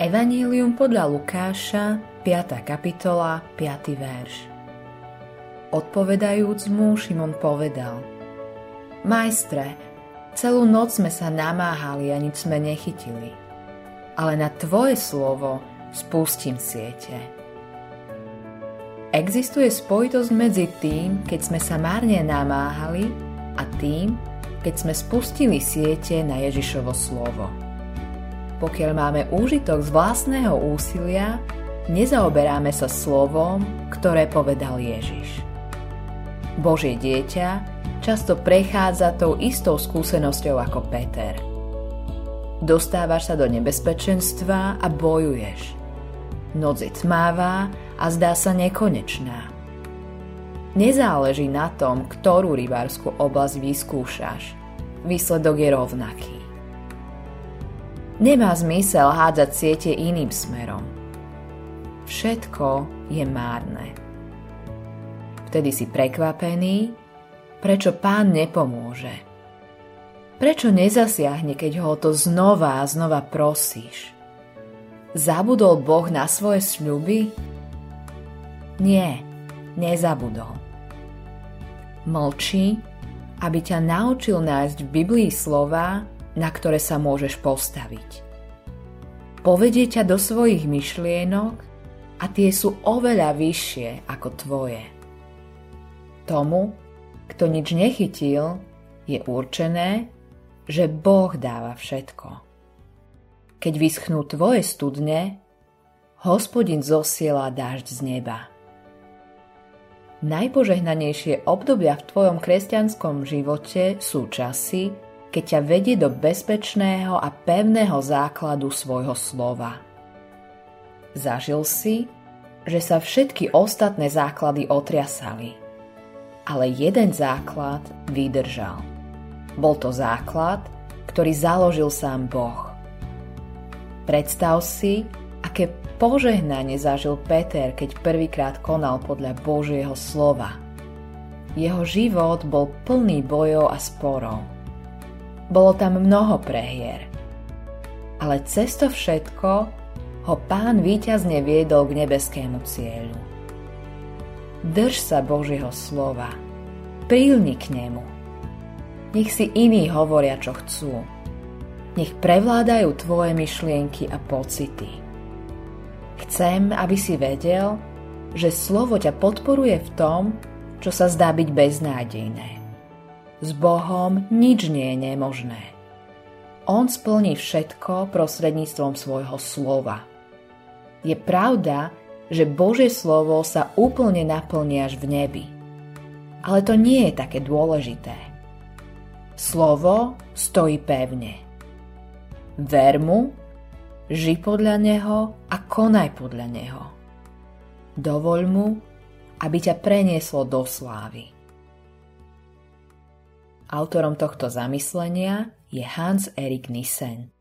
Evanjelium podľa Lukáša, 5. kapitola, 5. verš. Odpovedajúc mu, Šimon povedal: Majstre, celú noc sme sa namáhali a nič sme nechytili, ale na tvoje slovo spustím siete. Existuje spojitosť medzi tým, keď sme sa márne namáhali, a tým, keď sme spustili siete na Ježišovo slovo. Pokiaľ máme úžitok z vlastného úsilia, nezaoberáme sa slovom, ktoré povedal Ježiš. Božie dieťa často prechádza tou istou skúsenosťou ako Peter. Dostávaš sa do nebezpečenstva a bojuješ. Noc je tmavá a zdá sa nekonečná. Nezáleží na tom, ktorú rybárskú oblasť vyskúšaš. Výsledok je rovnaký. Nemá zmysel hádzať siete iným smerom. Všetko je márne. Vtedy si prekvapený, prečo Pán nepomôže. Prečo nezasiahne, keď ho to znova a znova prosíš? Zabudol Boh na svoje sľuby? Nie, nezabudol. Mlčí, aby ťa naučil nájsť v Biblii slová, na ktoré sa môžeš postaviť. Povedie ťa do svojich myšlienok a tie sú oveľa vyššie ako tvoje. Tomu, kto nič nechytil, je určené, že Boh dáva všetko. Keď vyschnú tvoje studne, Hospodin zosiela dážď z neba. Najpožehnanejšie obdobia v tvojom kresťanskom živote sú časy, keď ťa vedie do bezpečného a pevného základu svojho slova. Zažil si, že sa všetky ostatné základy otriasali, ale jeden základ vydržal. Bol to základ, ktorý založil sám Boh. Predstav si, aké požehnanie zažil Peter, keď prvýkrát konal podľa Božieho slova. Jeho život bol plný bojov a sporov. Bolo tam mnoho prehier. Ale cez to všetko ho Pán víťazne viedol k nebeskému cieľu. Drž sa Božieho slova. Prilni k nemu. Nech si iní hovoria, čo chcú. Nech prevládajú tvoje myšlienky a pocity. Chcem, aby si vedel, že slovo ťa podporuje v tom, čo sa zdá byť beznádejné. S Bohom nič nie je nemožné. On splní všetko prostredníctvom svojho slova. Je pravda, že Božie slovo sa úplne naplní až v nebi. Ale to nie je také dôležité. Slovo stojí pevne. Ver mu, ži podľa neho a konaj podľa neho. Dovoľ mu, aby ťa prenieslo do slávy. Autorom tohto zamyslenia je Hans Erik Nissen.